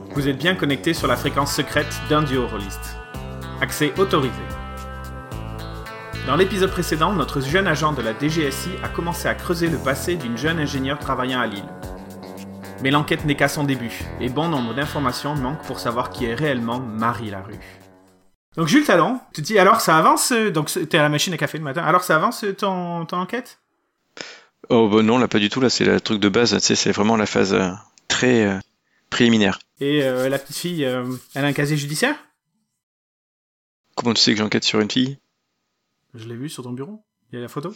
Vous êtes bien connecté sur la fréquence secrète d'un duo rôliste. Accès autorisé. Dans l'épisode précédent, notre jeune agent de la DGSI a commencé à creuser le passé d'une jeune ingénieure travaillant à Lille. Mais l'enquête n'est qu'à son début, et bon nombre d'informations manquent pour savoir qui est réellement Marie Larue. Donc Jules Talon, tu te dis alors ça avance, donc t'es à la machine à café le matin, alors ça avance ton enquête? Oh bah non, là pas du tout, là c'est le truc de base, tu sais, c'est vraiment la phase très préliminaire. Et la petite fille, elle a un casier judiciaire? Comment tu sais que j'enquête sur une fille? Je l'ai vu sur ton bureau, il y a la photo.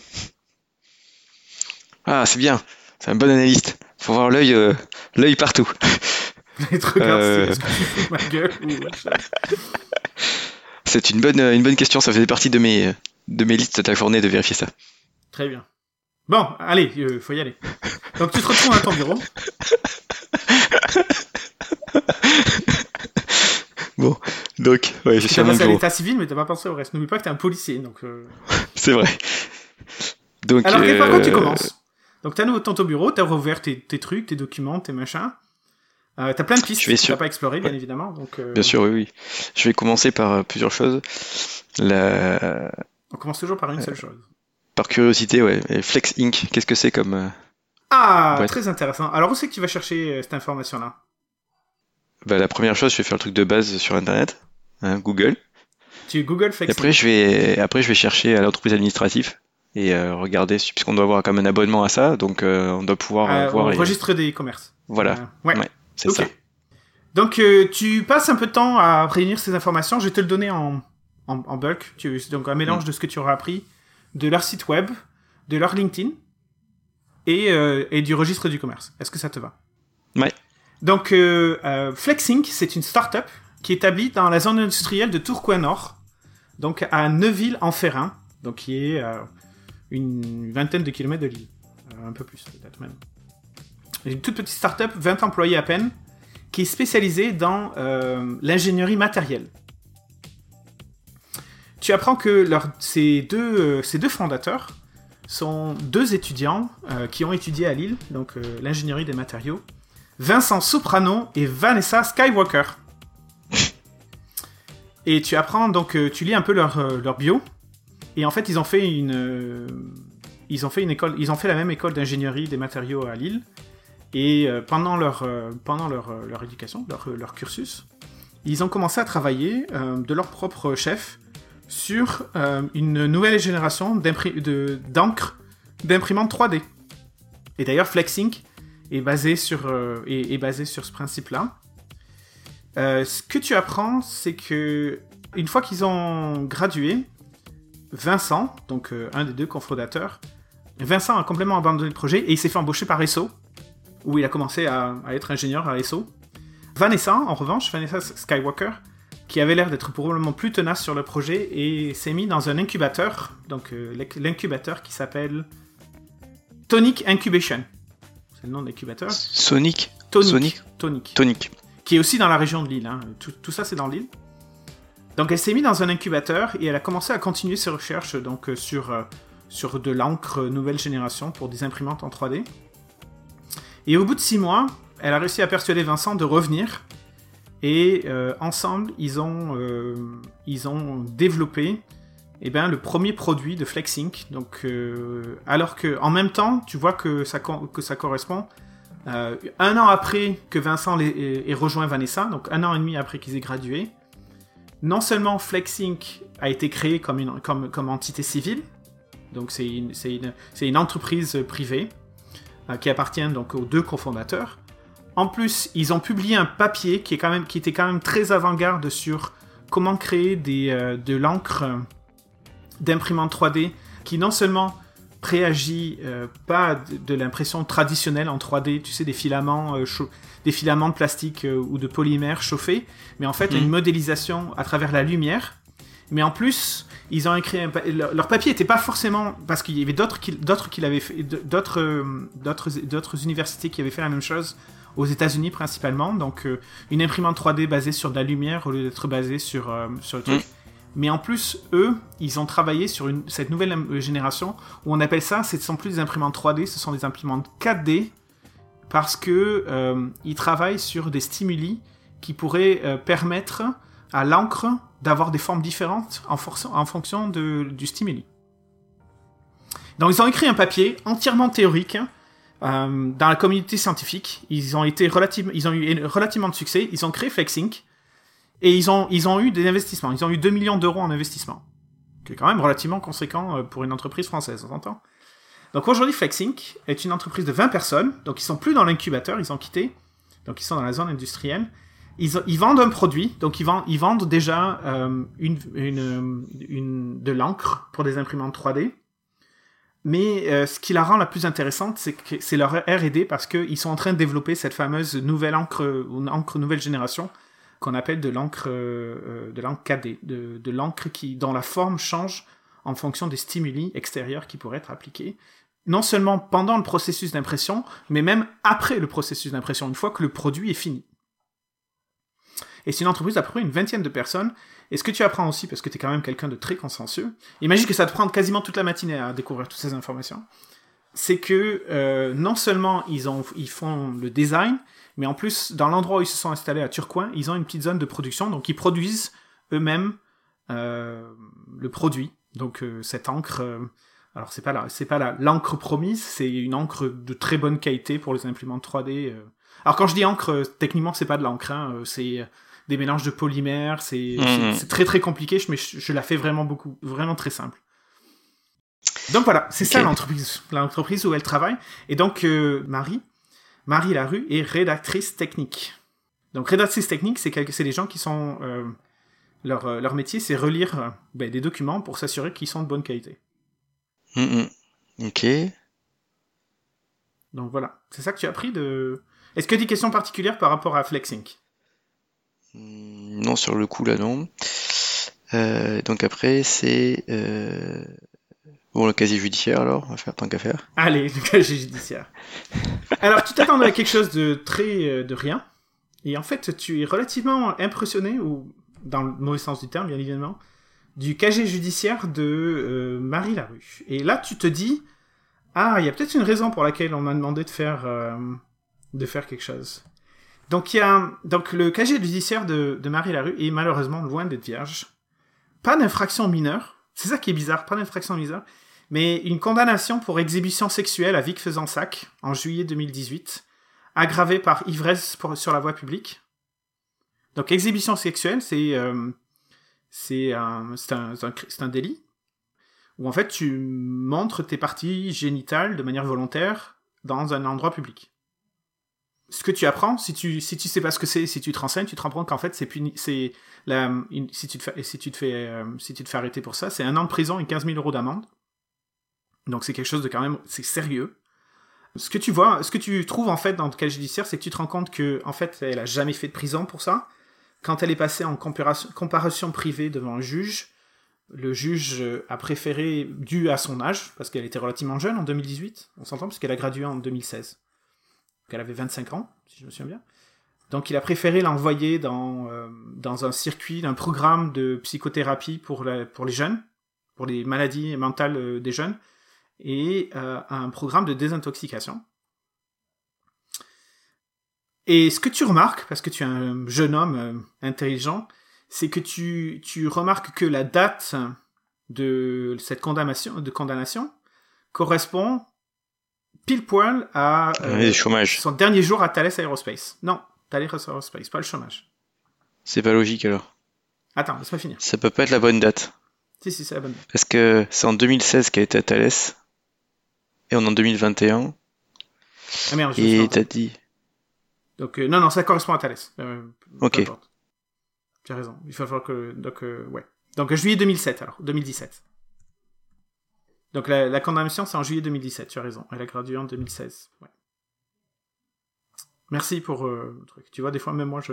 Ah c'est bien, c'est un bon analyste, faut voir l'œil partout. Les trucs est-ce que tu fous ma gueule ou... C'est une bonne question, ça faisait partie de mes listes de la journée de vérifier ça. Très bien. Bon, allez, faut y aller. Donc tu te retrouves à ton bureau. Bon, donc, ouais, je suis à mon bureau. T'as passé à l'état civil, mais t'as pas pensé au reste. N'oublie pas que t'es un policier, donc... C'est vrai. Donc, alors, par contre, tu commences. Donc t'as ton bureau, t'as rouvert tes trucs, tes documents, tes machins. T'as plein de pistes que t'as pas explorées, bien évidemment. Donc, bien sûr, oui. Je vais commencer par plusieurs choses. On commence toujours par une seule chose. Par curiosité, ouais. Et Flex Inc., qu'est-ce que c'est comme... Très intéressant. Alors, où c'est que tu vas chercher cette information-là? Bah, la première chose, je vais faire le truc de base sur Internet, Google. Tu Google Flex Inc. Après, je vais chercher à l'entreprise administrative et regarder, puisqu'on doit avoir quand même un abonnement à ça, donc on doit pouvoir voir... Au registre des commerces. Voilà, ouais, c'est ça. Donc, tu passes un peu de temps à réunir ces informations. Je vais te le donner en bulk. Donc, un mélange de ce que tu auras appris de leur site web, de leur LinkedIn et du registre du commerce. Est-ce que ça te va? Ouais. Donc, Flex Inc., c'est une start-up qui est établie dans la zone industrielle de Tourcoing-Nord, donc à Neuville-en-Ferrain, donc qui est une vingtaine de kilomètres de Lille. Un peu plus, peut-être même. Une toute petite start-up, 20 employés à peine, qui est spécialisée dans l'ingénierie matérielle. Tu apprends que ces deux fondateurs sont deux étudiants qui ont étudié à Lille, donc l'ingénierie des matériaux, Vincent Soprano et Vanessa Skywalker. Et tu apprends, donc tu lis un peu leur bio, et en fait ils ont fait la même école d'ingénierie des matériaux à Lille, et pendant leur éducation, leur cursus, ils ont commencé à travailler de leur propre chef sur une nouvelle génération d'encre d'imprimantes 3D. Et d'ailleurs, Flex Inc. est basé sur ce principe-là. Ce que tu apprends, c'est que une fois qu'ils ont gradué, Vincent, donc un des deux cofondateurs, Vincent a complètement abandonné le projet et il s'est fait embaucher par Esso, où il a commencé à être ingénieur à Esso. Vanessa, en revanche, Vanessa Skywalker, qui avait l'air d'être probablement plus tenace sur le projet et s'est mis dans un incubateur, donc l'incubateur qui s'appelle Tonic Incubation. C'est le nom de l'incubateur. Tonic. Qui est aussi dans la région de Lille. Hein. Tout ça, c'est dans Lille. Donc, elle s'est mise dans un incubateur et elle a commencé à continuer ses recherches donc, sur de l'encre nouvelle génération pour des imprimantes en 3D. Et au bout de 6 mois, elle a réussi à persuader Vincent de revenir. Et ensemble, ils ont développé le premier produit de Flex Inc. Donc, alors qu'en même temps, tu vois que ça correspond. 1 an après que Vincent ait rejoint Vanessa, donc 1 an et demi après qu'ils aient gradué, non seulement Flex Inc. a été créé comme entité civile, donc c'est une entreprise privée qui appartient donc aux deux cofondateurs. En plus, ils ont publié un papier qui était quand même très avant-garde sur comment créer de l'encre d'imprimante 3D qui non seulement préagit pas de l'impression traditionnelle en 3D, tu sais, des filaments de plastique ou de polymère chauffés, mais en fait une modélisation à travers la lumière. Mais en plus, ils ont écrit leur papier n'était pas forcément, parce qu'il y avait d'autres universités qui avaient fait la même chose aux États-Unis principalement, donc une imprimante 3D basée sur de la lumière au lieu d'être basée sur le truc. Mais en plus, eux, ils ont travaillé sur cette nouvelle génération où on appelle ça, ce ne sont plus des imprimantes 3D, ce sont des imprimantes 4D, parce que ils travaillent sur des stimuli qui pourrait permettre à l'encre d'avoir des formes différentes en fonction du stimuli. Donc ils ont écrit un papier entièrement théorique dans la communauté scientifique. Ils ont eu relativement de succès. Ils ont créé FlexInk et ils ont eu des investissements. Ils ont eu 2 millions d'euros en investissement, qui est quand même relativement conséquent pour une entreprise française, on entend. Donc aujourd'hui, FlexInk est une entreprise de 20 personnes. Donc ils sont plus dans l'incubateur, ils ont quitté. Donc ils sont dans la zone industrielle. Ils vendent un produit. Donc ils vendent déjà de l'encre pour des imprimantes 3D. Mais ce qui la rend la plus intéressante, c'est que c'est leur R&D, parce qu'ils sont en train de développer cette fameuse nouvelle encre nouvelle génération qu'on appelle de l'encre 4D, de l'encre dont la forme change en fonction des stimuli extérieurs qui pourraient être appliqués, non seulement pendant le processus d'impression, mais même après le processus d'impression, une fois que le produit est fini. Et c'est une entreprise d'à peu près une 20aine de personnes. Et ce que tu apprends aussi, parce que tu es quand même quelqu'un de très consciencieux, imagine que ça te prend quasiment toute la matinée à découvrir toutes ces informations, c'est que non seulement ils font le design, mais en plus, dans l'endroit où ils se sont installés à Turcoing, ils ont une petite zone de production, donc ils produisent eux-mêmes le produit. Donc cette encre, alors c'est pas l'encre promise, c'est une encre de très bonne qualité pour les imprimantes 3D. Alors quand je dis encre, techniquement c'est pas de l'encre, hein, c'est des mélanges de polymères, c'est très très compliqué, mais je la fais vraiment très simple. Donc voilà, c'est ça l'entreprise où elle travaille. Et donc Marie Larue est rédactrice technique. Donc rédactrice technique, c'est des gens qui sont leur métier, c'est relire des documents pour s'assurer qu'ils sont de bonne qualité. Ok. Donc voilà, c'est ça que tu as appris de... Est-ce que tu as des questions particulières par rapport à FlexInk ? Non, sur le coup là non. Donc après c'est le casier judiciaire, alors on va faire tant qu'à faire. Allez, le casier judiciaire. Alors tu t'attendais à quelque chose de très de rien, et en fait tu es relativement impressionné, ou dans le mauvais sens du terme bien évidemment, du casier judiciaire de Marie Larue. Et là tu te dis, il y a peut-être une raison pour laquelle on m'a demandé de faire quelque chose. Donc le casier judiciaire de Marie Larue est malheureusement loin d'être vierge. Pas d'infraction mineure, c'est ça qui est bizarre, pas d'infraction mineure, mais une condamnation pour exhibition sexuelle à Vic-Fezensac en juillet 2018, aggravée par ivresse sur la voie publique. Donc exhibition sexuelle, c'est un délit, où en fait tu montres tes parties génitales de manière volontaire dans un endroit public. Ce que tu apprends, si tu sais pas ce que c'est, si tu te renseignes, tu te rends compte qu'en fait c'est puni, si tu te fais arrêter pour ça, c'est 1 an de prison et 15 000 euros d'amende. Donc c'est quelque chose de quand même, c'est sérieux. Ce que tu trouves en fait dans le casier judiciaire, c'est que tu te rends compte que en fait elle a jamais fait de prison pour ça. Quand elle est passée en comparution privée devant un juge, le juge a préféré, dû à son âge, parce qu'elle était relativement jeune en 2018, on s'entend, parce qu'elle a gradué en 2016. Donc elle avait 25 ans, si je me souviens bien. Donc il a préféré l'envoyer dans un circuit, d'un programme de psychothérapie pour les jeunes, pour les maladies mentales des jeunes, et un programme de désintoxication. Et ce que tu remarques, parce que tu es un jeune homme intelligent, c'est que tu remarques que la date de cette condamnation correspond pile poil à son dernier jour à Thales Aerospace. Non, Thales Aerospace, pas le chômage. C'est pas logique alors. Attends, laisse-moi finir. Ça peut pas être la bonne date. Si, c'est la bonne date. Parce que c'est en 2016 qu'elle était à Thales, et on est en 2021. Ah merde, et t'as dit... Donc, non, ça correspond à Thales. Ok. Tu as raison. Il va falloir que... ouais. Donc, juillet 2007, alors. 2017. Donc, la condamnation, c'est en juillet 2017. Tu as raison. Elle a gradué en 2016. Ouais. Merci pour le truc. Tu vois, des fois, même moi,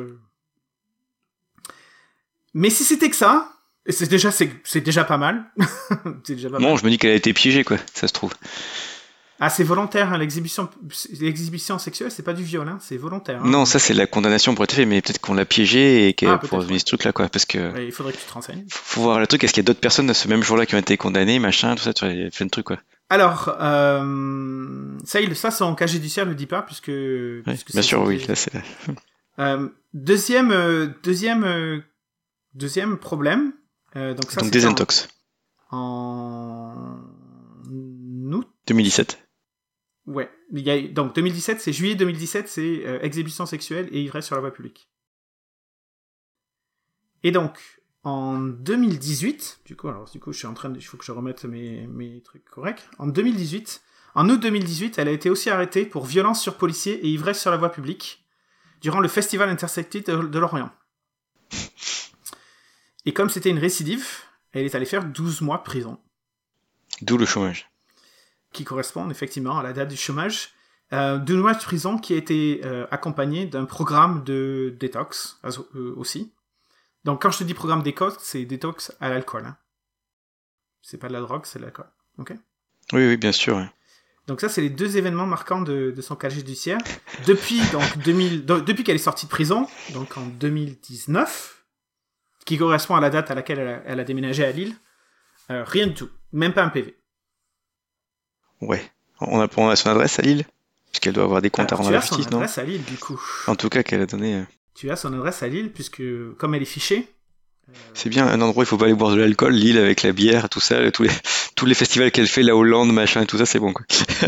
Mais si c'était que ça, c'est déjà pas mal. C'est déjà pas mal. Bon, je me dis qu'elle a été piégée, quoi. Ça se trouve. Ah, c'est volontaire, hein, l'exhibition sexuelle, c'est pas du viol, hein, c'est volontaire. Hein. Non, ça c'est la condamnation pour être fait, mais peut-être qu'on l'a piégée et qu'elle pour venir ce truc-là, quoi, parce que... Ouais, il faudrait que tu te renseignes. Faut voir le truc, est-ce qu'il y a d'autres personnes ce même jour-là qui ont été condamnées, machin, tout ça, tu vois, il y a plein de trucs, quoi. Alors, ça son casier judiciaire ne le dit pas, puisque bien sûr, oui, là c'est... Deuxième problème. Donc ça, Donc désintox. En août 2017. Ouais. Donc 2017, c'est juillet 2017, c'est exhibition sexuelle et ivresse sur la voie publique. Et donc, en 2018, il faut que je remette mes trucs corrects. En août 2018, elle a été aussi arrêtée pour violence sur policier et ivresse sur la voie publique durant le Festival Intersected de Lorient. Et comme c'était une récidive, elle est allée faire 12 mois de prison. D'où le chômage. Qui correspondent effectivement à la date du chômage. 12 mois de prison qui a été accompagné d'un programme de détox aussi. Donc quand je te dis programme détox, c'est détox à l'alcool. Hein. C'est pas de la drogue, c'est de l'alcool. Ok ? Oui, bien sûr. Ouais. Donc ça, c'est les deux événements marquants de son casier judiciaire. Depuis qu'elle est sortie de prison, donc en 2019, qui correspond à la date à laquelle elle a déménagé à Lille, rien du tout. Même pas un PV. Ouais. On a son adresse à Lille ? Puisqu'elle doit avoir des comptes à rendre à la justice, non ? Tu as son adresse à Lille, du coup. En tout cas, qu'elle a donné... Tu as son adresse à Lille, puisque comme elle est fichée... C'est bien, un endroit où il faut pas aller boire de l'alcool, Lille avec la bière, tout ça, tous les festivals qu'elle fait, la Hollande, machin, et tout ça, c'est bon, quoi.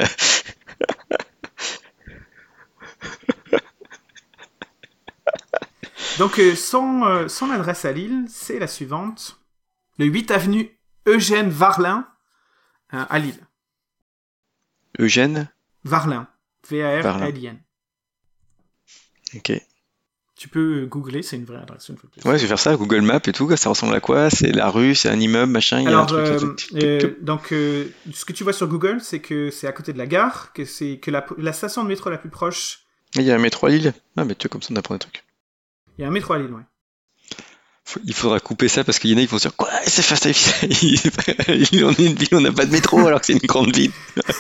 Donc, son adresse à Lille, c'est la suivante. Le 8 avenue Eugène Varlin, à Lille. Eugène Varlin. V-A-R-L-I-N. Ok. Tu peux googler, c'est une vraie adresse. Une fois de plus. Ouais, je vais faire ça, Google Maps et tout, ça ressemble à quoi ? C'est la rue, c'est un immeuble, machin, il y a un truc... ce que tu vois sur Google, c'est que c'est à côté de la gare, que c'est que la station de métro la plus proche... Il y a un métro à Lille ? Ah, mais tu vois, comme ça, on apprend des trucs. Il y a un métro à Lille, ouais. Il faudra couper ça parce qu'il y en a qui vont se dire quoi, c'est Fast Life. On est une ville, on n'a pas de métro alors que c'est une grande ville.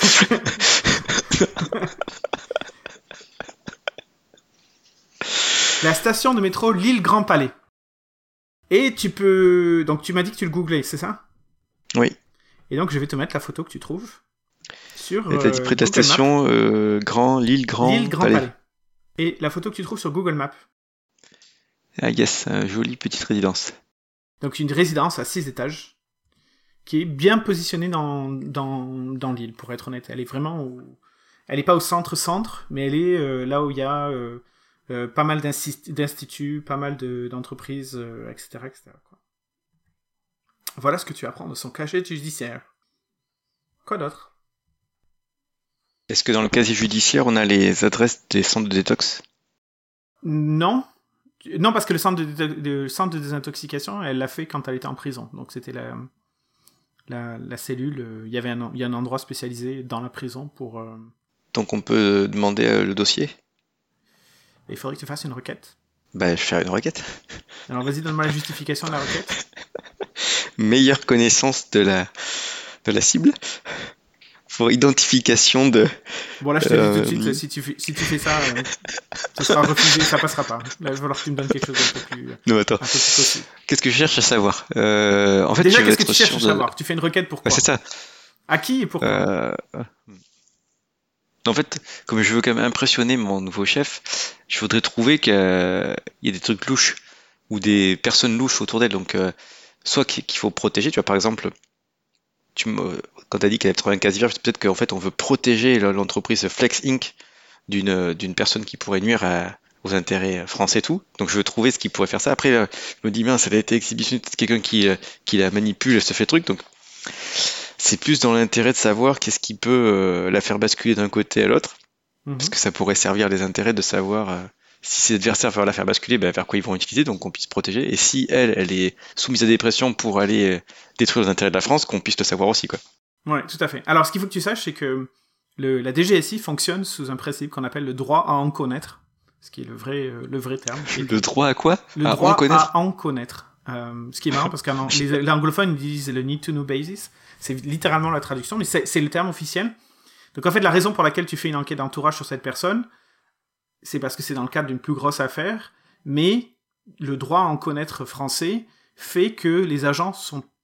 La station de métro Lille Grand Palais. Et tu peux... Donc tu m'as dit que tu le googlais, c'est ça ? Oui. Et donc je vais te mettre la photo que tu trouves sur et t'as dit près de la station Lille Grand Palais. Et la photo que tu trouves sur Google Maps. Ah yes, jolie petite résidence. Donc une résidence à 6 étages qui est bien positionnée dans l'île, pour être honnête. Elle est vraiment... Elle n'est pas au centre, mais elle est là où il y a pas mal d'instituts, pas mal d'entreprises, etc. quoi. Voilà ce que tu apprends de son casier judiciaire. Quoi d'autre ? Est-ce que dans le casier judiciaire, on a les adresses des centres de détox ? Non. Non, parce que le centre de désintoxication, elle l'a fait quand elle était en prison. Donc c'était la cellule. Il y a un endroit spécialisé dans la prison pour... Donc on peut demander le dossier ? Il faudrait que tu fasses une requête. Bah, je vais faire une requête. Alors vas-y, donne-moi la justification de la requête. Meilleure connaissance de la cible pour identification de... Bon, là, je te dis tout de suite, si tu fais ça, ça sera refusé, ça passera pas. Là, il va falloir que tu me donnes quelque chose d'un peu plus... Non, attends. Qu'est-ce que je cherche à savoir en fait, déjà, qu'est-ce que tu cherches à savoir ? Tu fais une requête pour quoi ? C'est ça. À qui et pourquoi ? En fait, comme je veux quand même impressionner mon nouveau chef, je voudrais trouver qu'il y a des trucs louches ou des personnes louches autour d'elle. Donc, soit qu'il faut protéger. Tu vois, par exemple, quand tu as dit qu'elle avait trouvé un casier vierge, peut-être qu'en fait, on veut protéger l'entreprise Flex Inc. d'une personne qui pourrait nuire aux intérêts français et tout. Donc, je veux trouver ce qui pourrait faire ça. Après, je me dis, ça a été exhibitionniste, quelqu'un qui la manipule, se fait truc. Donc, c'est plus dans l'intérêt de savoir qu'est-ce qui peut la faire basculer d'un côté à l'autre, parce que ça pourrait servir les intérêts de savoir si ses adversaires veulent la faire basculer, vers quoi ils vont utiliser, donc qu'on puisse protéger, et si elle est soumise à des pressions pour aller détruire les intérêts de la France, qu'on puisse le savoir aussi, quoi. Ouais, tout à fait. Alors, ce qu'il faut que tu saches, c'est que la DGSI fonctionne sous un principe qu'on appelle le droit à en connaître, ce qui est le vrai terme. Le droit à quoi ? Le droit à en connaître. Ce qui est marrant, parce que les anglophones disent le need to know basis. C'est littéralement la traduction, mais c'est le terme officiel. Donc en fait, la raison pour laquelle tu fais une enquête d'entourage sur cette personne, c'est parce que c'est dans le cadre d'une plus grosse affaire, mais le droit à en connaître français fait que les agents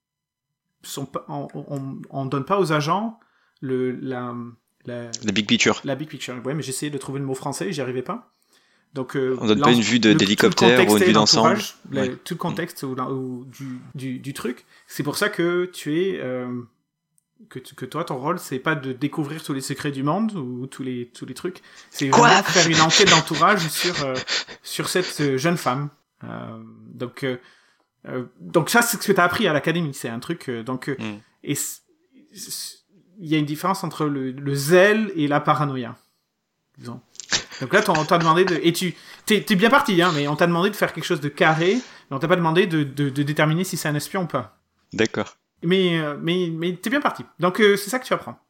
on donne pas aux agents la big picture. La big picture, ouais, mais j'essayais de trouver le mot français, j'y arrivais pas. Donc, On donne pas une vue d'hélicoptère ou une vue d'ensemble. Ouais. Tout le contexte du truc. C'est pour ça que tu es... que toi, ton rôle, c'est pas de découvrir tous les secrets du monde ou tous les trucs. C'est vraiment faire une enquête d'entourage sur cette jeune femme. Donc ça, c'est ce que t'as appris à l'académie. C'est un truc... et il y a une différence entre le zèle et la paranoïa, disons. Donc là, on t'a demandé de... Et t'es bien parti, hein, mais on t'a demandé de faire quelque chose de carré, mais on t'a pas demandé de déterminer si c'est un espion ou pas. D'accord. Mais t'es bien parti. Donc c'est ça que tu apprends.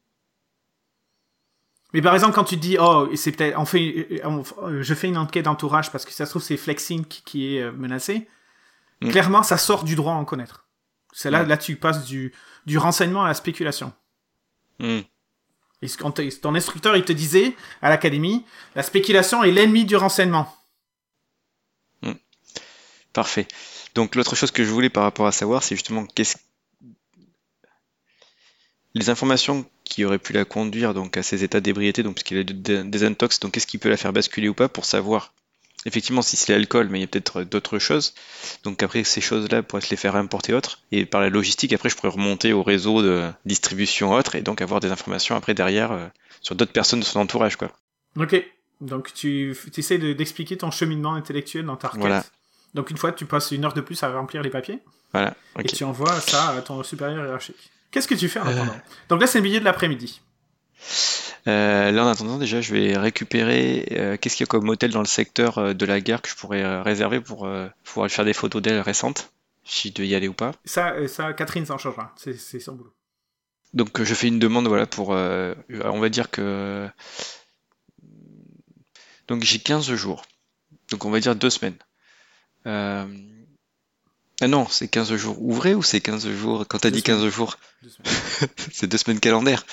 Mais par exemple, quand tu te dis, c'est peut-être, je fais une enquête d'entourage parce que ça se trouve c'est Flexing qui est menacé. Clairement, ça sort du droit à en connaître. C'est là tu passes du renseignement à la spéculation. Et quand ton instructeur il te disait à l'académie, la spéculation est l'ennemi du renseignement. Parfait. Donc l'autre chose que je voulais par rapport à savoir, c'est justement les informations qui auraient pu la conduire donc à ces états d'ébriété, donc puisqu'il y a des intox, donc qu'est-ce qui peut la faire basculer ou pas pour savoir effectivement si c'est l'alcool, mais il y a peut-être d'autres choses. Donc après ces choses-là pourraient se les faire importer autres, et par la logistique après je pourrais remonter au réseau de distribution autre et donc avoir des informations après derrière sur d'autres personnes de son entourage, quoi. Ok, donc tu essaies d'expliquer ton cheminement intellectuel dans ta requête. Voilà. Donc une fois tu passes 1 heure de plus à remplir les papiers. Voilà. Okay. Et tu envoies ça à ton supérieur hiérarchique. Qu'est-ce que tu fais en attendant? Donc là c'est le milieu de l'après-midi. Là en attendant déjà je vais récupérer qu'est-ce qu'il y a comme hôtel dans le secteur de la gare que je pourrais réserver pour pouvoir faire des photos d'elle récentes, si je dois y aller ou pas. Ça Catherine s'en chargera, c'est son boulot. Donc je fais une demande voilà pour on va dire que donc j'ai 15 jours, donc on va dire 2 semaines. Ah non, c'est 15 jours ouvrés ou c'est 15 jours quand t'as dit 15 jours? 2 semaines. C'est 2 semaines calendaires.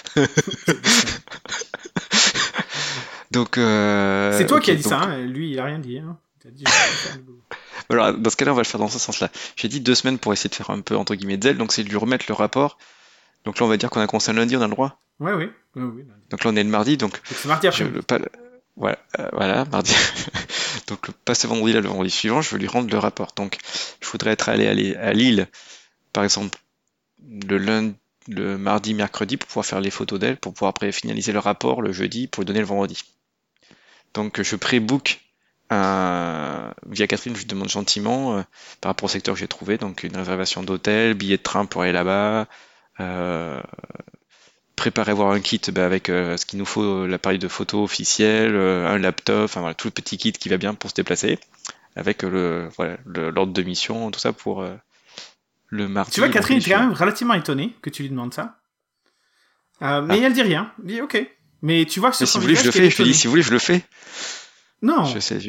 Donc c'est toi qui as dit ça, hein. Lui il a rien dit. Hein. T'as dit, alors, dans ce cas-là, on va le faire dans ce sens-là. J'ai dit 2 semaines pour essayer de faire un peu entre guillemets de zèle, donc c'est de lui remettre le rapport. Donc là, on va dire qu'on a commencé un lundi, on a le droit. Oui. Donc là, on est le mardi, donc. C'est mardi après. Voilà, mardi. Donc pas ce vendredi-là, le vendredi suivant, je veux lui rendre le rapport. Donc je voudrais être allé à Lille, par exemple, le mardi, mercredi, pour pouvoir faire les photos d'elle, pour pouvoir après finaliser le rapport le jeudi, pour lui donner le vendredi. Donc je pré-book via Catherine, je lui demande gentiment, par rapport au secteur que j'ai trouvé, donc une réservation d'hôtel, billet de train pour aller là-bas, préparer voir un kit avec ce qu'il nous faut, l'appareil de photo officiel, un laptop, enfin voilà, tout le petit kit qui va bien pour se déplacer, avec l'ordre de mission, tout ça pour le mardi. Tu vois, Catherine est quand même relativement étonnée que tu lui demandes ça. Mais elle dit rien. Elle dit ok. Mais tu vois que si vous voulez, je le fais. Je dis si vous voulez, je le fais. Non. Je sais.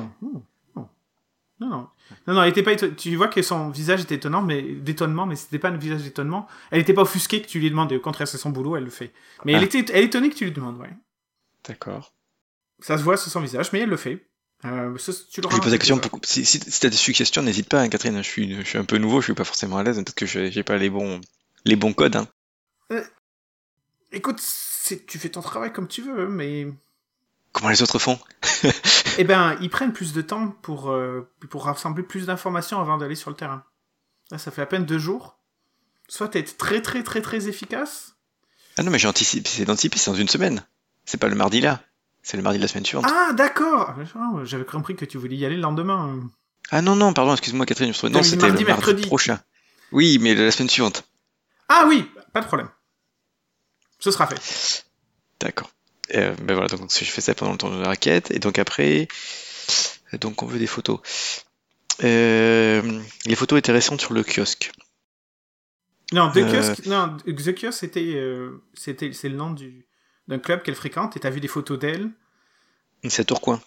Non, elle était pas tu vois que son visage était d'étonnement, mais c'était pas un visage d'étonnement. Elle était pas offusquée que tu lui demandes, au contraire, c'est son boulot, elle le fait. Mais elle est étonnée que tu lui demandes, ouais. D'accord. Ça se voit sur son visage, mais elle le fait. Tu je lui pose la question, si t'as des suggestions, n'hésite pas, hein, Catherine, je suis un peu nouveau, je suis pas forcément à l'aise, peut-être que j'ai pas les bons codes, hein. Écoute, tu fais ton travail comme tu veux, mais... Comment les autres font? Eh ben, ils prennent plus de temps pour rassembler plus d'informations avant d'aller sur le terrain. Là, ça fait à peine 2 jours. Soit t'es très très très très efficace. Ah non, mais j'ai anticipé, c'est dans 1 semaine. C'est pas le mardi là. C'est le mardi de la semaine suivante. Ah, d'accord. J'avais compris que tu voulais y aller le lendemain. Ah non, pardon, excuse-moi Catherine. Non, c'était le mardi prochain. Oui, mais la semaine suivante. Ah oui, pas de problème. Ce sera fait. D'accord. Ben voilà, donc je fais ça pendant le temps de la raquette, et donc après, donc on veut des photos. Les photos intéressantes sur le kiosque. Non, The Kiosque, c'est le nom d'un club qu'elle fréquente, et t'as vu des photos d'elle. C'est à Tourcoing.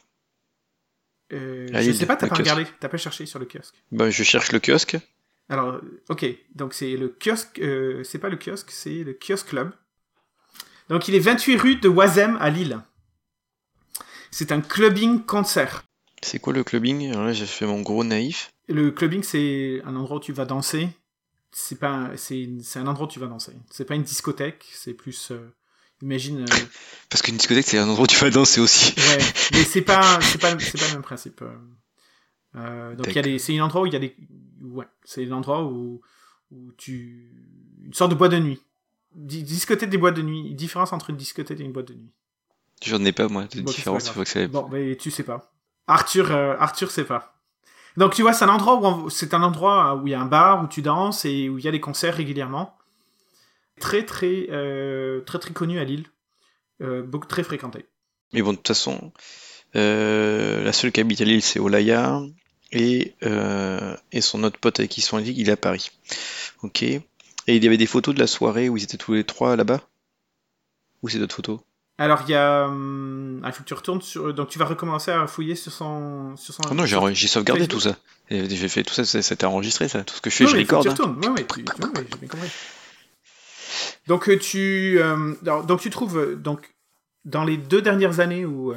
Je sais pas, t'as pas regardé, t'as pas cherché sur le kiosque. Ben je cherche le kiosque. Alors, ok, donc c'est le kiosque, c'est pas le kiosque, c'est le kiosque club. Donc il est 28 rue de Oisem à Lille. C'est un clubbing concert. C'est quoi le clubbing? Alors là, j'ai fait mon gros naïf. Le clubbing, c'est un endroit où tu vas danser. C'est un endroit où tu vas danser. C'est pas une discothèque, c'est plus... Imagine. Parce qu'une discothèque, c'est un endroit où tu vas danser aussi. Ouais, mais c'est pas le même principe. Donc c'est un endroit où il y a des, ouais, c'est un endroit où une sorte de boîte de nuit. Discothèque des boîtes de nuit. Différence entre une discothèque et une boîte de nuit. J'en ai pas, moi, de Bon, différence, il faut que ça... bon, mais tu sais pas. Arthur sait pas. Donc tu vois, c'est un endroit où il y a un bar où tu danses et où il y a des concerts régulièrement. Très très connu à Lille, beaucoup très fréquenté. Mais bon, de toute façon, la seule qui habite à Lille, c'est Olaya, et son autre pote avec qui ils sont allés, il est à Paris. Ok. Et il y avait des photos de la soirée où ils étaient tous les trois là-bas? Ou c'est d'autres photos? Alors il y a, il faut que tu retournes sur, donc tu vas recommencer à fouiller sur son. Ah non, j'ai sauvegardé Facebook. tout ça. Et j'ai fait tout ça, c'était enregistré ça. Tout ce que je fais, Non, je mais faut que record. tu retournes. Ouais, j'ai bien compris. Donc tu trouves donc dans les 2 dernières années où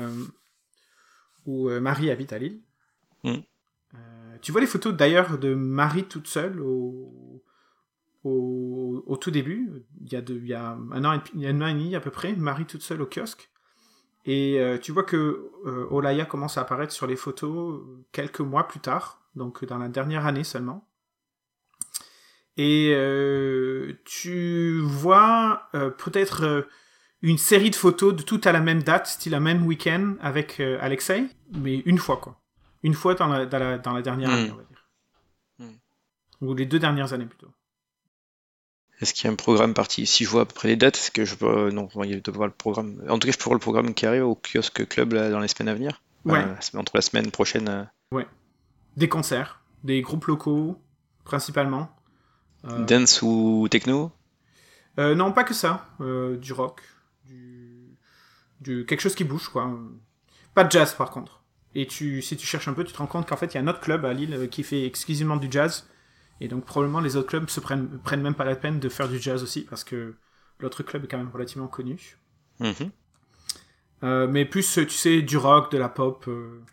Marie habite à Lille. Mm. Tu vois les photos d'ailleurs de Marie toute seule au tout début. Il y a un an et demi à peu près, Marie toute seule au kiosque. Et tu vois que Olaya commence à apparaître sur les photos quelques mois plus tard, donc dans la dernière année seulement. Et tu vois peut-être une série de photos de toutes à la même date, style un même week-end avec Alexei, mais une fois quoi. Une fois dans la dernière année, on va dire. Ou les 2 dernières années plutôt. Est-ce qu'il y a un programme parti? Si je vois à peu près les dates, est-ce que je peux... Non, il doit y avoir le programme. En tout cas, je peux voir le programme qui arrive au kiosque club là, dans les semaines à venir. Ouais. Entre la semaine prochaine. Ouais. Des concerts, des groupes locaux, principalement. Dance ou techno? Non, pas que ça. Du rock, quelque chose qui bouge, quoi. Pas de jazz, par contre. Et si tu cherches un peu, tu te rends compte qu'en fait, il y a un autre club à Lille qui fait exclusivement du jazz. Et donc, probablement, les autres clubs prennent même pas la peine de faire du jazz aussi, parce que l'autre club est quand même relativement connu. Mm-hmm. Mais plus, tu sais, du rock, de la pop,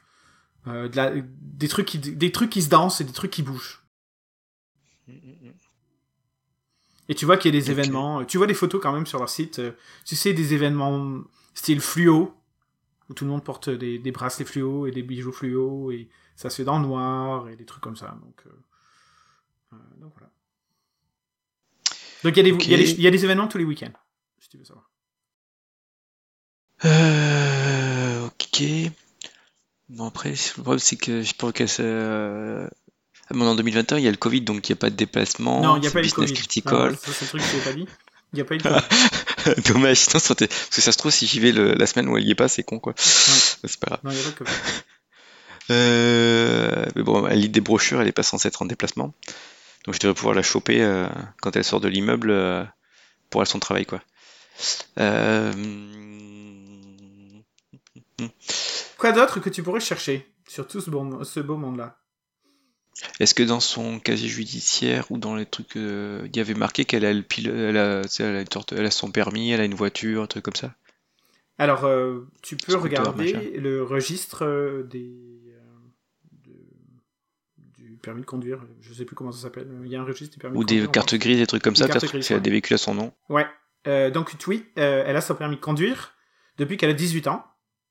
des trucs qui se dansent et des trucs qui bougent. Et tu vois qu'il y a des événements, tu vois des photos quand même sur leur site, tu sais, des événements style fluo, où tout le monde porte des bracelets fluo et des bijoux fluo, et ça se fait dans le noir, et des trucs comme ça. Donc voilà. Donc il y a des événements tous les week-ends, si tu veux savoir. Ok. Bon, après, le problème, c'est que je pense que ça... en 2021, il y a le Covid, donc il n'y a pas de déplacement. Non, il n'y a pas eu le business Covid. critical. Ça, c'est le truc que je t'ai pas dit. Il n'y a pas eu le Covid. Dommage, sinon, parce que ça se trouve, si j'y vais la semaine où elle y est pas, c'est con, quoi. Ouais. C'est pas grave. Non, il n'y a pas de Covid. Mais bon, elle lit des brochures, elle est pas censée être en déplacement. Donc je devrais pouvoir la choper quand elle sort de l'immeuble pour aller à son travail, quoi. Quoi d'autre que tu pourrais chercher sur tout ce beau monde-là? Est-ce que dans son casier judiciaire ou dans les trucs, il y avait marqué qu'elle a elle a son permis, elle a une voiture, un truc comme ça? Alors, tu peux Scooter, regarder machin. le registre du permis de conduire. Je sais plus comment ça s'appelle. Il y a un registre du permis Ou de conduire des en cartes France. grises, des trucs comme Des ça, cartes peut-être grises, si elle a ouais. des véhicules à son nom. Ouais. Donc, oui, elle a son permis de conduire depuis qu'elle a 18 ans.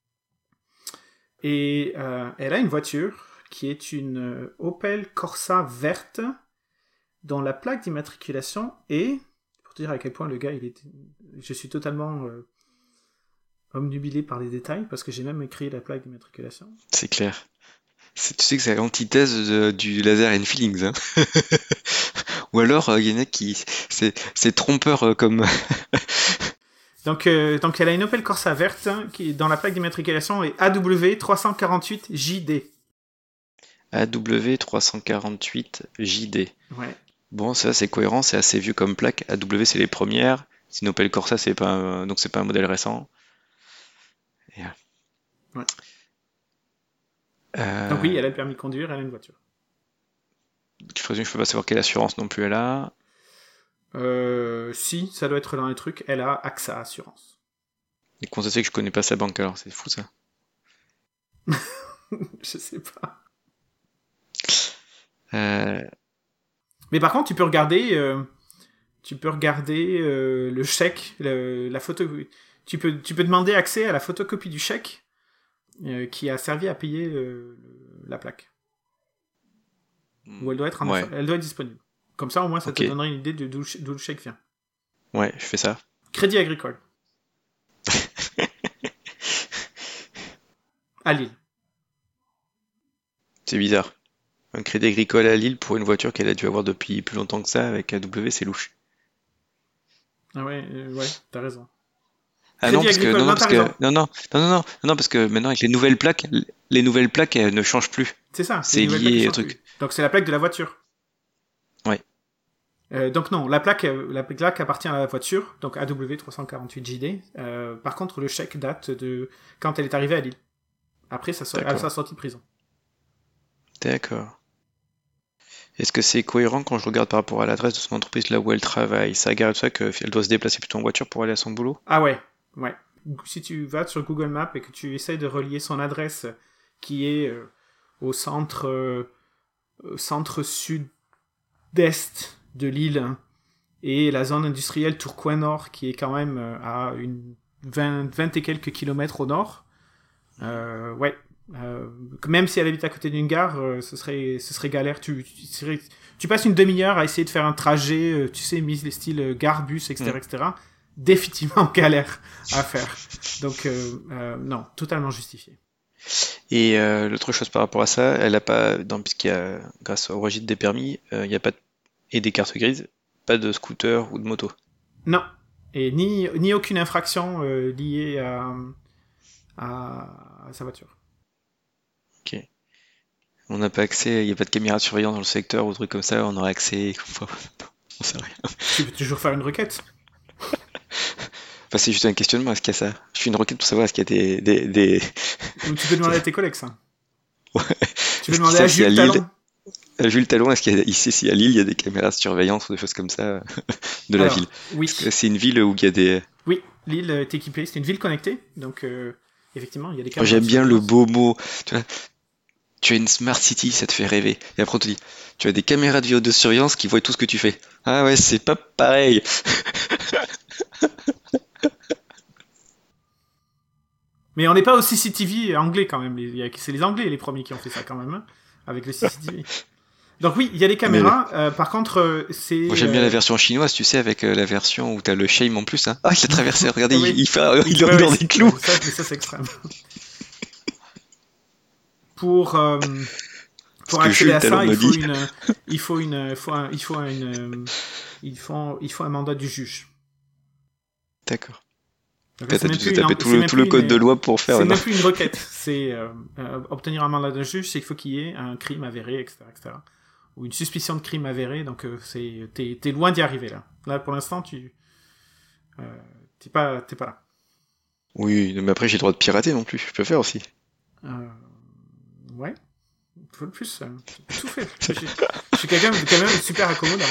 Et elle a une voiture qui est une Opel Corsa verte dont la plaque d'immatriculation est... Pour te dire à quel point le gars, je suis totalement omnubilé par les détails, parce que j'ai même écrit la plaque d'immatriculation. C'est clair. Tu sais que c'est l'antithèse du laser and feelings, hein. Ou alors, il y en a qui... C'est trompeur comme... Donc elle a une Opel Corsa verte qui, dans la plaque d'immatriculation, est AW348JD. AW348JD. Ouais. Bon, ça c'est cohérent, c'est assez vieux comme plaque. AW c'est les premières. Si Opel Corsa donc c'est pas un modèle récent. Et, ouais. Donc oui, elle a le permis de conduire, elle a une voiture. Je présume que je peux pas savoir quelle assurance non plus elle a. Si, ça doit être dans les trucs, elle a AXA Assurance. Et comment ça se fait que je connais pas sa banque alors? C'est fou ça. Je sais pas. Mais par contre, tu peux regarder le chèque, la photo. tu peux demander accès à la photocopie du chèque qui a servi à payer la plaque. Ou elle doit être elle doit être disponible. Comme ça, au moins, ça te donnerait une idée d'où le chèque vient. Ouais, je fais ça. Crédit Agricole. À Lille. C'est bizarre. Un crédit agricole à Lille pour une voiture qu'elle a dû avoir depuis plus longtemps que ça avec AW, c'est louche. Ah ouais, t'as raison. Ah non, parce que parce que maintenant avec les nouvelles plaques elles ne changent plus. C'est ça. C'est lié au truc. Donc c'est la plaque de la voiture. Ouais. Donc non, la plaque appartient à la voiture, donc AW348JD. Par contre, le chèque date de quand elle est arrivée à Lille. Après sa sortie de prison. D'accord. Est-ce que c'est cohérent quand je regarde par rapport à l'adresse de son entreprise là où elle travaille, ça garde ça qu'elle doit se déplacer plutôt en voiture pour aller à son boulot? Ah ouais. Si tu vas sur Google Maps et que tu essaies de relier son adresse qui est au centre sud-est de l'île et la zone industrielle Tourcoing-Nord qui est quand même à une 20 et quelques kilomètres au nord, même si elle habite à côté d'une gare, ce serait galère. Tu passes une demi-heure à essayer de faire un trajet, tu sais, mis les styles gare, bus, etc., etc. Définitivement galère à faire. Donc, non, totalement justifié. Et l'autre chose par rapport à ça, elle a pas, puisqu'il y a, grâce au registre des permis, il n'y a pas et des cartes grises, pas de scooter ou de moto. Non, et ni aucune infraction liée à sa voiture. Ok. On n'a pas accès, il n'y a pas de caméra de surveillance dans le secteur ou truc comme ça, on aurait accès. On sait rien. Tu peux toujours faire une requête. Enfin, c'est juste un questionnement, est-ce qu'il y a ça? Je fais une requête pour savoir est-ce qu'il y a des... Ou tu peux demander à tes collègues ça. Ouais. Tu peux demander à Jules Talon. Jules Talon, est-ce qu'il y a ici, si à Lille, il y a des caméras de surveillance ou des choses comme ça de la ville? Oui. Parce que c'est une ville où il y a des... Oui, Lille est équipée, c'est une ville connectée, donc effectivement, il y a des caméras. J'aime bien le beau mot. Tu as une smart city, ça te fait rêver. Et après on te dit, tu as des caméras de vidéosurveillance qui voient tout ce que tu fais. Ah ouais, c'est pas pareil. Mais on n'est pas au CCTV anglais quand même. C'est les Anglais les premiers qui ont fait ça quand même, hein, avec le CCTV. Donc oui, il y a des caméras. Par contre, c'est... Moi j'aime bien la version chinoise, tu sais, avec la version où t'as le shame en plus. Hein. Ah, il a traversé, regardez, oui. il est dans des clous. Ça c'est extrême. Pour accéder à ça, il faut un mandat du juge. D'accord. Donc là, t'as dû taper tout le code de loi pour faire... C'est même plus une requête. C'est obtenir un mandat d'un juge, c'est qu'il faut qu'il y ait un crime avéré, etc., etc. Ou une suspicion de crime avéré. Donc t'es loin d'y arriver là. Là, pour l'instant, t'es pas là. Oui, mais après j'ai le droit de pirater non plus. Je peux faire aussi. Ouais. Il faut le plus. Tout fait. Je suis quelqu'un de quand même super accommodant.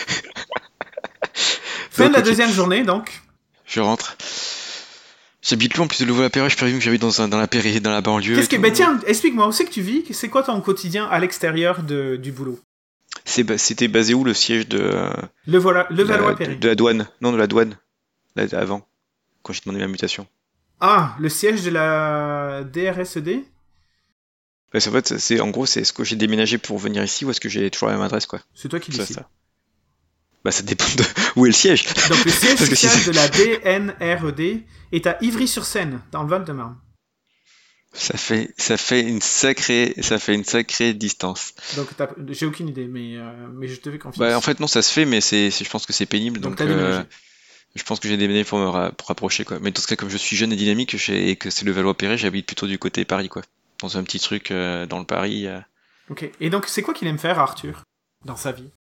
Fin de la deuxième journée, donc. Je rentre. J'habite loin, en plus de Louvain-la-Peyre, je présume que j'habite dans la banlieue. Tiens, explique-moi, où c'est que tu vis? C'est quoi ton quotidien à l'extérieur du boulot? C'était basé où le siège de... Levallois-Perret. De la douane. Non, de la douane. Là, avant. Quand j'ai demandé ma mutation. Ah, le siège de la DRSED? En fait, en gros, c'est ce que j'ai déménagé pour venir ici ou est-ce que j'ai toujours la même adresse, quoi. C'est toi qui décides. Ça. Bah, ça dépend de où est le siège. Donc, le siège social de la DNRED est à Ivry-sur-Seine, dans le Val-de-Marne. Ça fait une sacrée distance. Donc, j'ai aucune idée, mais je te fais confiance. Bah, en fait, non, ça se fait, mais je pense que c'est pénible. Donc t'as déménagé. Je pense que j'ai déménagé pour me rapprocher, quoi. Mais dans ce cas, comme je suis jeune et dynamique et que c'est le Valois-Perret, j'habite plutôt du côté Paris, quoi. Dans un petit truc dans le Paris. Ok. Et donc, c'est quoi qu'il aime faire, Arthur, dans sa vie?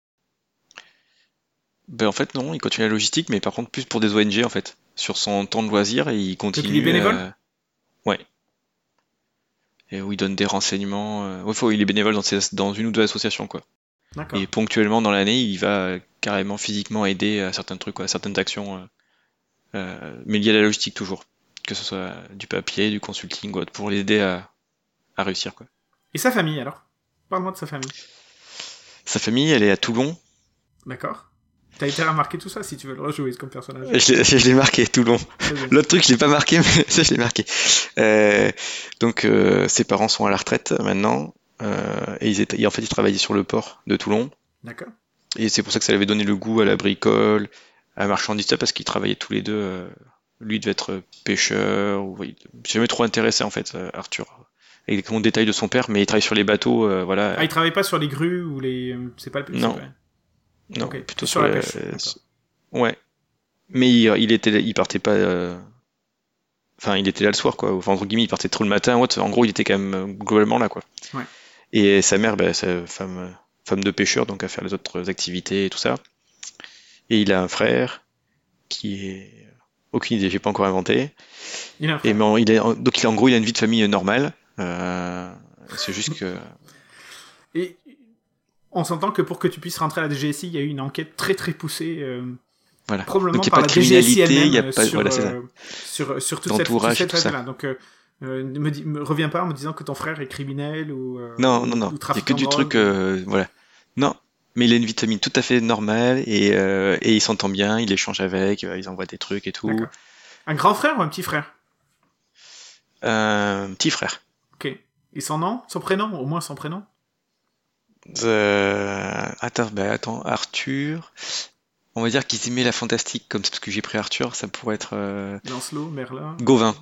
Ben en fait non, il continue la logistique, mais par contre plus pour des ONG en fait. Sur son temps de loisir, et il continue. Donc il est bénévole? Ouais. Et où il donne des renseignements. Il est bénévole dans une ou deux associations, quoi. D'accord. Et ponctuellement dans l'année, il va carrément physiquement aider à certains trucs, quoi, à certaines actions. Mais liées à la logistique toujours. Que ce soit du papier, du consulting, ou autre, pour l'aider à réussir, quoi. Et sa famille alors? Parle-moi de sa famille. Sa famille, elle est à Toulon. D'accord. T'as été remarqué tout ça si tu veux le rejouer comme personnage. Je l'ai marqué tout le long. L'autre truc, je l'ai pas marqué, mais ça, je l'ai marqué. Donc, ses parents sont à la retraite maintenant, et en fait, ils travaillaient sur le port de Toulon. D'accord. Et c'est pour ça que ça lui avait donné le goût à la bricole, à la marchandise, parce qu'ils travaillaient tous les deux. Lui devait être pêcheur, ou il s'est jamais trop intéressé en fait, Arthur. Avec les détails de son père, mais il travaille sur les bateaux, voilà. Ah, il travaille pas sur les grues ou les. C'est pas le plus. Non. Non, okay. plutôt sur la pêche. Ouais. Mais il partait pas. Enfin, il était là le soir, quoi. Enfin, entre guillemets, il partait trop le matin. En gros, il était quand même globalement là, quoi. Ouais. Et sa mère, c'est femme de pêcheur, donc à faire les autres activités et tout ça. Et il a un frère qui est. Aucune idée, j'ai pas encore inventé. Il a un frère. Donc en gros, il a une vie de famille normale. C'est juste que. Et on s'entend que pour que tu puisses rentrer à la DGSI, il y a eu une enquête très très poussée. Voilà. Probablement donc, par la DGSI elle-même sur toute cette phase-là. Donc, me reviens pas en me disant que ton frère est criminel ou non. Il y a que du truc, voilà. Non, mais il a une vie de famille tout à fait normale et il s'entend bien, il échange avec, ils envoient des trucs et tout. D'accord. Un grand frère ou un petit frère? Un petit frère. Ok. Et son nom, son prénom, au moins son prénom? Attends, Arthur. On va dire qu'ils aimaient la fantastique, comme c'est parce que j'ai pris Arthur, ça pourrait être. Lancelot, Merlin. Gauvin.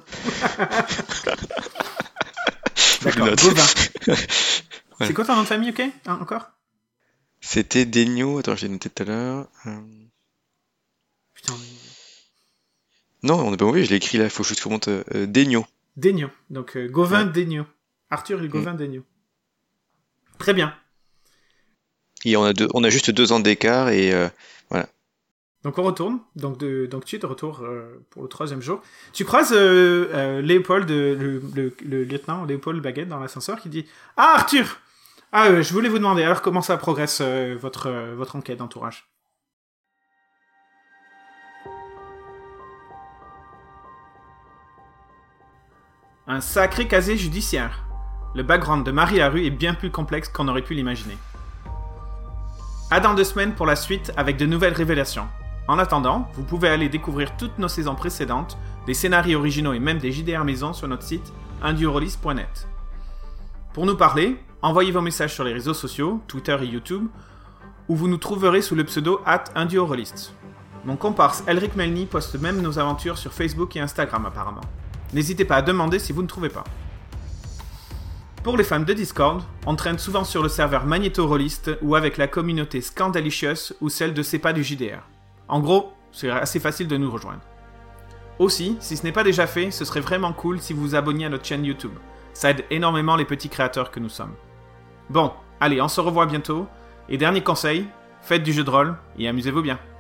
D'accord, Gauvin. Voilà. C'est quoi ton nom de famille, ok? Encore? C'était Daigneault. Attends, j'ai noté tout à l'heure. Putain. Non, on n'est pas mauvais, je l'ai écrit là, il faut juste qu'on monte Daigneault. Daigneault. Donc Gauvin Daigneault. Arthur et Gauvin Daigneault. Très bien. Et on a juste 2 ans d'écart et voilà. Donc on retourne. Donc tu es de retour pour le 3e jour. Tu croises Léopold, le lieutenant Léopold Baguette dans l'ascenseur qui dit « Ah Arthur! Je voulais vous demander, alors comment ça progresse votre enquête d'entourage ?» Un sacré casier judiciaire. Le background de Marie Larue est bien plus complexe qu'on aurait pu l'imaginer. À dans 2 semaines pour la suite avec de nouvelles révélations. En attendant, vous pouvez aller découvrir toutes nos saisons précédentes, des scénarios originaux et même des JDR maison sur notre site indurollist.net. Pour nous parler, envoyez vos messages sur les réseaux sociaux, Twitter et YouTube, où vous nous trouverez sous le pseudo @indurollist. Mon comparse Elric Melny poste même nos aventures sur Facebook et Instagram apparemment. N'hésitez pas à demander si vous ne trouvez pas. Pour les fans de Discord, on traîne souvent sur le serveur Magnéto-Rollist ou avec la communauté Scandalicious ou celle de C'est pas du JDR. En gros, c'est assez facile de nous rejoindre. Aussi, si ce n'est pas déjà fait, ce serait vraiment cool si vous vous abonniez à notre chaîne YouTube. Ça aide énormément les petits créateurs que nous sommes. Bon, allez, on se revoit bientôt. Et dernier conseil, faites du jeu de rôle et amusez-vous bien.